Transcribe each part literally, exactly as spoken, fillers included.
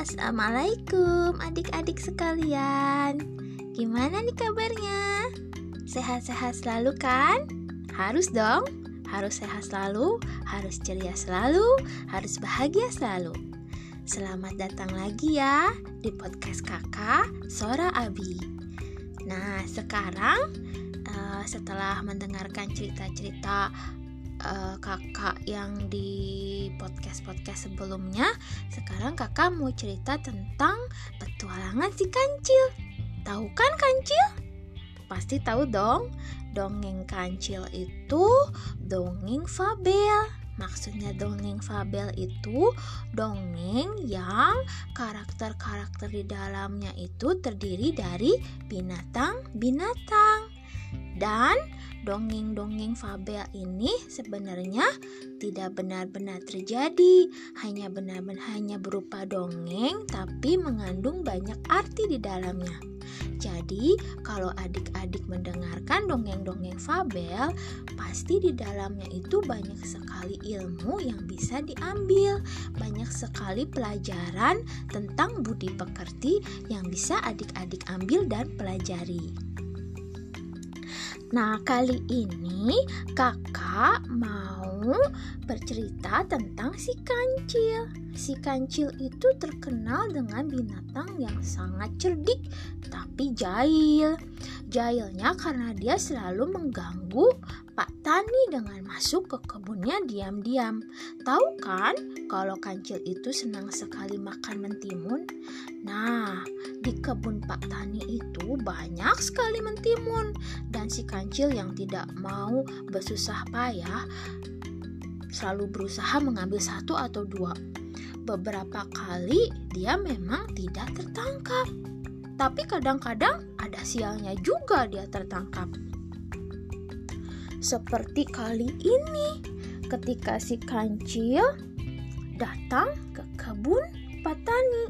Assalamualaikum adik-adik sekalian. Gimana nih kabarnya? Sehat-sehat selalu kan? Harus dong, harus sehat selalu, harus ceria selalu, harus bahagia selalu. Selamat datang lagi ya di podcast kakak Sora Abi. Nah sekarang uh, setelah mendengarkan cerita-cerita uh, kakak yang di podcast-podcast sebelumnya, sekarang kakak mau cerita tentang petualangan si kancil. Tahu kan kancil? Pasti tahu dong. Dongeng kancil itu dongeng fabel. Maksudnya dongeng fabel itu dongeng yang karakter-karakter di dalamnya itu terdiri dari binatang-binatang. Dan dongeng-dongeng fabel ini sebenarnya tidak benar-benar terjadi, hanya benar-benar hanya berupa dongeng tapi mengandung banyak arti di dalamnya. Jadi kalau adik-adik mendengarkan dongeng-dongeng fabel, pasti di dalamnya itu banyak sekali ilmu yang bisa diambil, banyak sekali pelajaran tentang budi pekerti yang bisa adik-adik ambil dan pelajari. Nah, kali ini kakak mau bercerita tentang si kancil. Si kancil itu terkenal dengan binatang yang sangat cerdik tapi jahil. Jahilnya karena dia selalu mengganggu Pak Tani dengan masuk ke kebunnya diam-diam. Tahu kan kalau kancil itu senang sekali makan mentimun? Nah, di kebun Pak Tani itu banyak sekali mentimun, dan si kancil yang tidak mau bersusah payah selalu berusaha mengambil satu atau dua. Beberapa kali dia memang tidak tertangkap, tapi kadang-kadang ada sialnya juga dia tertangkap. Seperti kali ini ketika si kancil datang ke kebun Pak Tani.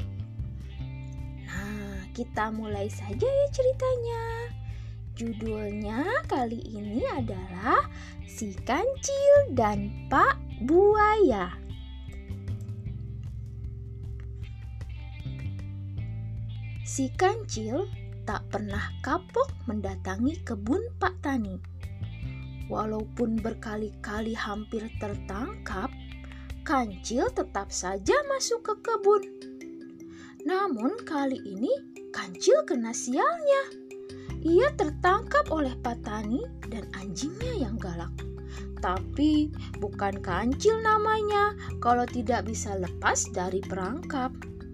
Nah, kita mulai saja ya ceritanya. Judulnya kali ini adalah Si Kancil dan Pak Buaya. Si kancil tak pernah kapok mendatangi kebun Pak Tani. Walaupun berkali-kali hampir tertangkap, kancil tetap saja masuk ke kebun. Namun kali ini kancil kena sialnya. Ia tertangkap oleh Pak Tani dan anjingnya yang galak. Tapi bukan kancil namanya kalau tidak bisa lepas dari perangkap.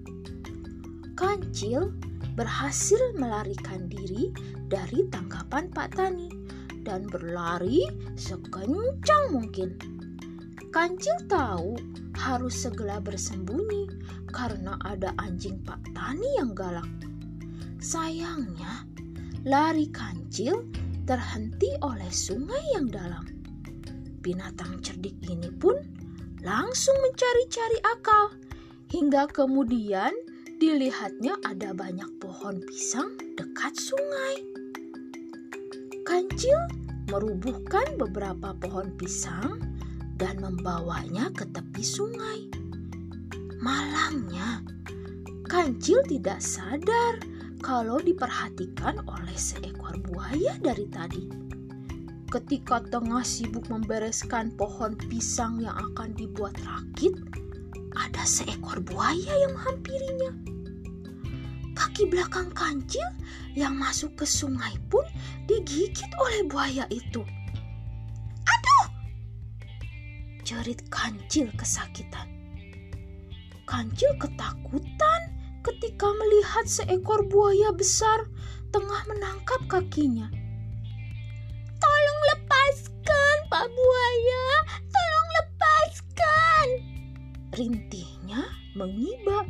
Kancil berhasil melarikan diri dari tangkapan Pak Tani dan berlari sekencang mungkin. Kancil tahu harus segera bersembunyi karena ada anjing Pak Tani yang galak. Sayangnya, lari kancil terhenti oleh sungai yang dalam. Binatang cerdik ini pun langsung mencari-cari akal, hingga kemudian dilihatnya ada banyak pohon pisang dekat sungai. Kancil merubuhkan beberapa pohon pisang dan membawanya ke tepi sungai. Malangnya, kancil tidak sadar kalau diperhatikan oleh seekor buaya dari tadi. Ketika tengah sibuk membereskan pohon pisang yang akan dibuat rakit, ada seekor buaya yang menghampirinya. Kaki belakang kancil yang masuk ke sungai pun digigit oleh buaya itu. "Aduh!" jerit kancil kesakitan. Kancil ketakutan ketika melihat seekor buaya besar tengah menangkap kakinya. "Tolong lepaskan, Pak Buaya! Tolong lepaskan!" rintihnya mengibak.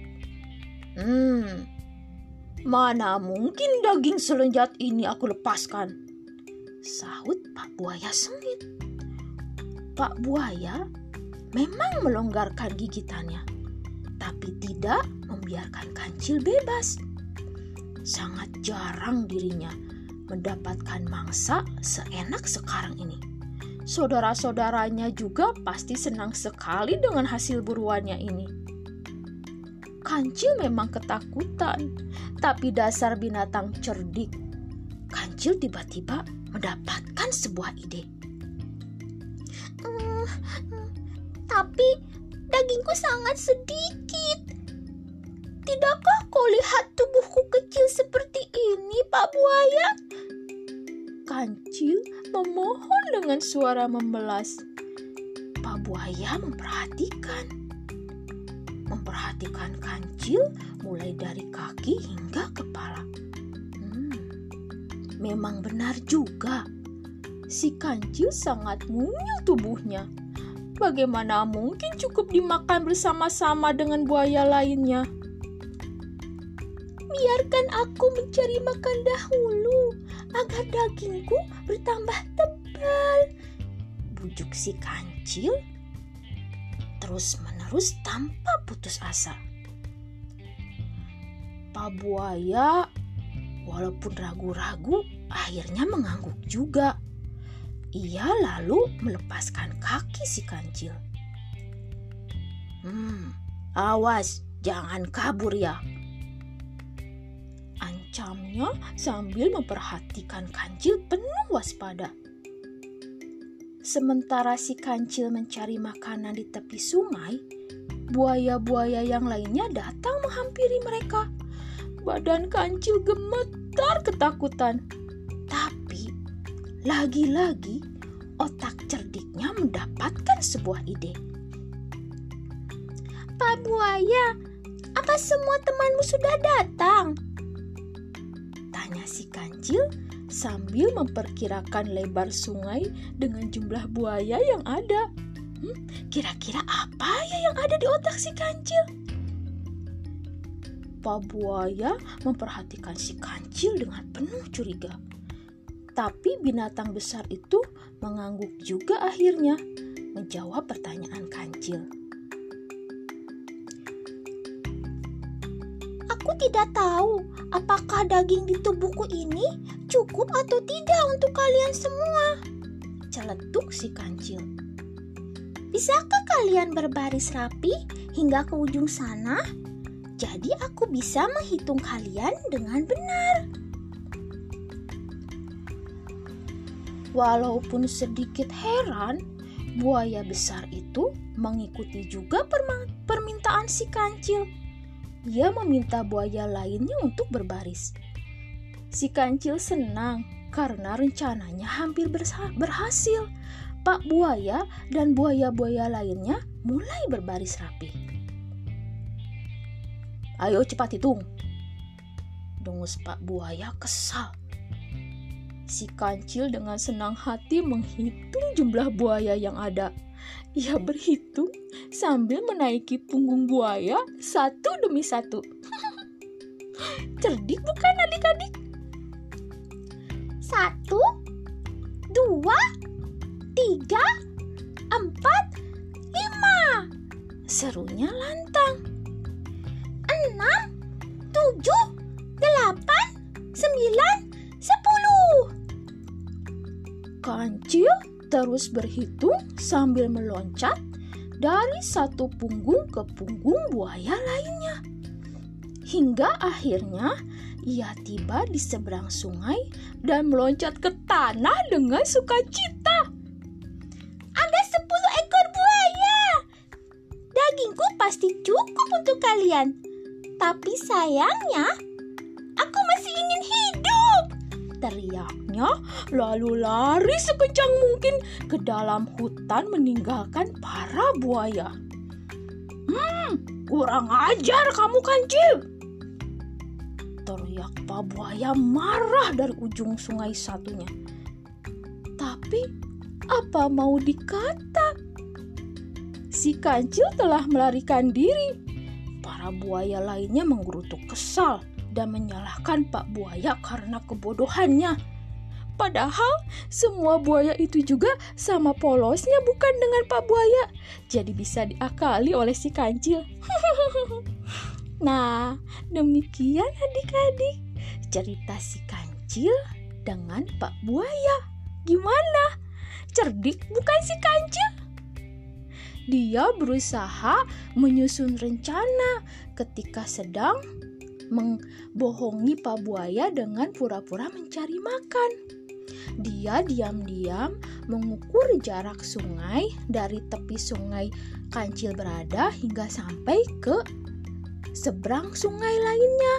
Hmm, mana mungkin daging selenjat ini aku lepaskan, sahut Pak Buaya sengit. Pak Buaya memang melonggarkan gigitannya, tapi tidak membiarkan kancil bebas. Sangat jarang dirinya mendapatkan mangsa seenak sekarang ini. Saudara-saudaranya juga pasti senang sekali dengan hasil buruannya ini. Kancil memang ketakutan, tapi dasar binatang cerdik. Kancil tiba-tiba mendapatkan sebuah ide. Hmm, tapi dagingku sangat sedikit. Tidakkah kau lihat tubuhku kecil seperti ini, Pak Buaya? Kancil memohon dengan suara membelas. Pak Buaya memperhatikan. Memperhatikan Kancil mulai dari kaki hingga kepala. Hmm, memang benar juga. Si Kancil sangat mungil tubuhnya. Bagaimana mungkin cukup dimakan bersama-sama dengan buaya lainnya? Biarkan aku mencari makan dahulu agar dagingku bertambah tebal, bujuk si Kancil terus-menerus tanpa putus asa. Pak Buaya walaupun ragu-ragu akhirnya mengangguk juga. Ia lalu melepaskan kaki si Kancil. Hmm, awas, jangan kabur ya, ancamnya sambil memperhatikan Kancil penuh waspada. Sementara si Kancil mencari makanan di tepi sungai, buaya-buaya yang lainnya datang menghampiri mereka. Badan Kancil gemetar ketakutan. Tapi lagi-lagi otak cerdiknya mendapatkan sebuah ide. Pak Buaya, apa semua temanmu sudah datang? Tanya si Kancil sambil memperkirakan lebar sungai dengan jumlah buaya yang ada. Hmm, kira-kira apa ya yang ada di otak si Kancil? Pak Buaya memperhatikan si Kancil dengan penuh curiga. Tapi binatang besar itu mengangguk juga akhirnya menjawab pertanyaan Kancil. Aku tidak tahu apakah daging di tubuhku ini cukup atau tidak untuk kalian semua, celetuk si Kancil. Bisakah kalian berbaris rapi hingga ke ujung sana? Jadi aku bisa menghitung kalian dengan benar. Walaupun sedikit heran, buaya besar itu mengikuti juga permintaan si Kancil. Ia meminta buaya lainnya untuk berbaris. Si Kancil senang karena rencananya hampir berhasil. Pak Buaya dan buaya-buaya lainnya mulai berbaris rapi. Ayo cepat hitung, dengus Pak Buaya kesal. Si Kancil dengan senang hati menghitung jumlah buaya yang ada. Ia berhitung sambil menaiki punggung buaya satu demi satu. Cerdik bukan adik-adik? Satu, dua, tiga, empat, lima. Serunya lantang. Enam, tujuh, delapan, sembilan, sepuluh. Kancil terus berhitung sambil meloncat dari satu punggung ke punggung buaya lainnya. Hingga akhirnya ia tiba di seberang sungai dan meloncat ke tanah dengan sukacita. Ada sepuluh ekor buaya. Dagingku pasti cukup untuk kalian. Tapi sayangnya, aku masih ingin hidup, teriaknya lalu lari sekencang mungkin ke dalam hutan meninggalkan para buaya. Hmm, kurang ajar kamu Kancil, teriak Pak Buaya marah dari ujung sungai satunya. Tapi apa mau dikata? Si Kancil telah melarikan diri. Para buaya lainnya menggerutu kesal dan menyalahkan Pak Buaya karena kebodohannya. Padahal semua buaya itu juga sama polosnya bukan dengan Pak Buaya. Jadi bisa diakali oleh si Kancil. Nah, demikian adik-adik cerita si Kancil dengan Pak Buaya. Gimana? Cerdik bukan si Kancil? dia berusaha menyusun rencana ketika sedang membohongi Pak Buaya dengan pura-pura mencari makan. Dia diam-diam mengukur jarak sungai dari tepi sungai Kancil berada hingga sampai ke seberang sungai lainnya.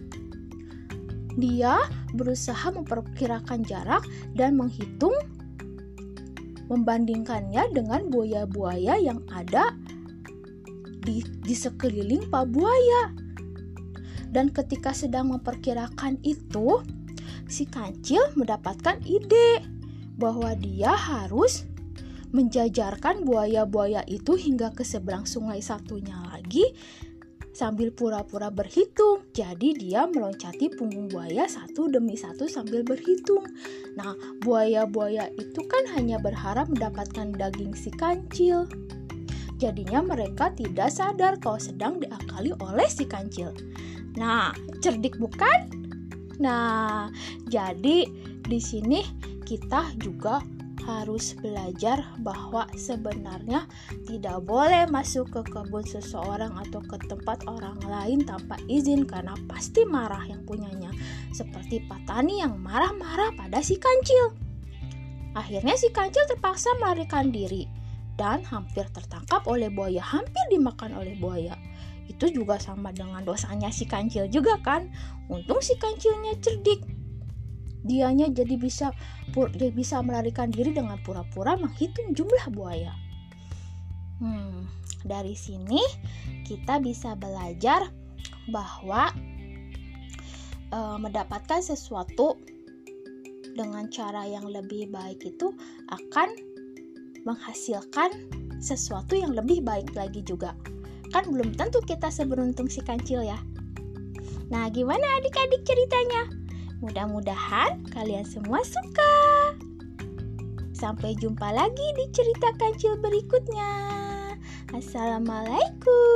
Dia berusaha memperkirakan jarak dan menghitung, membandingkannya dengan buaya-buaya yang ada di, di sekeliling Pak Buaya. Dan ketika sedang memperkirakan itu, si Kancil mendapatkan ide bahwa dia harus menjajarkan buaya-buaya itu hingga ke seberang sungai satunya lagi sambil pura-pura berhitung. Jadi dia meloncati punggung buaya satu demi satu sambil berhitung. Nah, buaya-buaya itu kan hanya berharap mendapatkan daging si Kancil. Jadinya mereka tidak sadar kalau sedang diakali oleh si Kancil. Nah, cerdik bukan? Nah, jadi di sini kita juga harus belajar bahwa sebenarnya tidak boleh masuk ke kebun seseorang atau ke tempat orang lain tanpa izin, karena pasti marah yang punyanya. Seperti Pak Tani yang marah-marah pada si Kancil. Akhirnya si Kancil terpaksa melarikan diri dan hampir tertangkap oleh buaya, hampir dimakan oleh buaya. Itu juga sama dengan dosanya si Kancil juga kan. Untung si Kancilnya cerdik. Dianya jadi bisa pur, dia bisa melarikan diri dengan pura-pura menghitung jumlah buaya. Hmm, dari sini kita bisa belajar bahwa e, mendapatkan sesuatu dengan cara yang lebih baik itu akan menghasilkan sesuatu yang lebih baik lagi juga. Kan belum tentu kita seberuntung si Kancil ya. Nah, gimana adik-adik ceritanya? Mudah-mudahan kalian semua suka. Sampai jumpa lagi di cerita Kancil berikutnya. Assalamualaikum.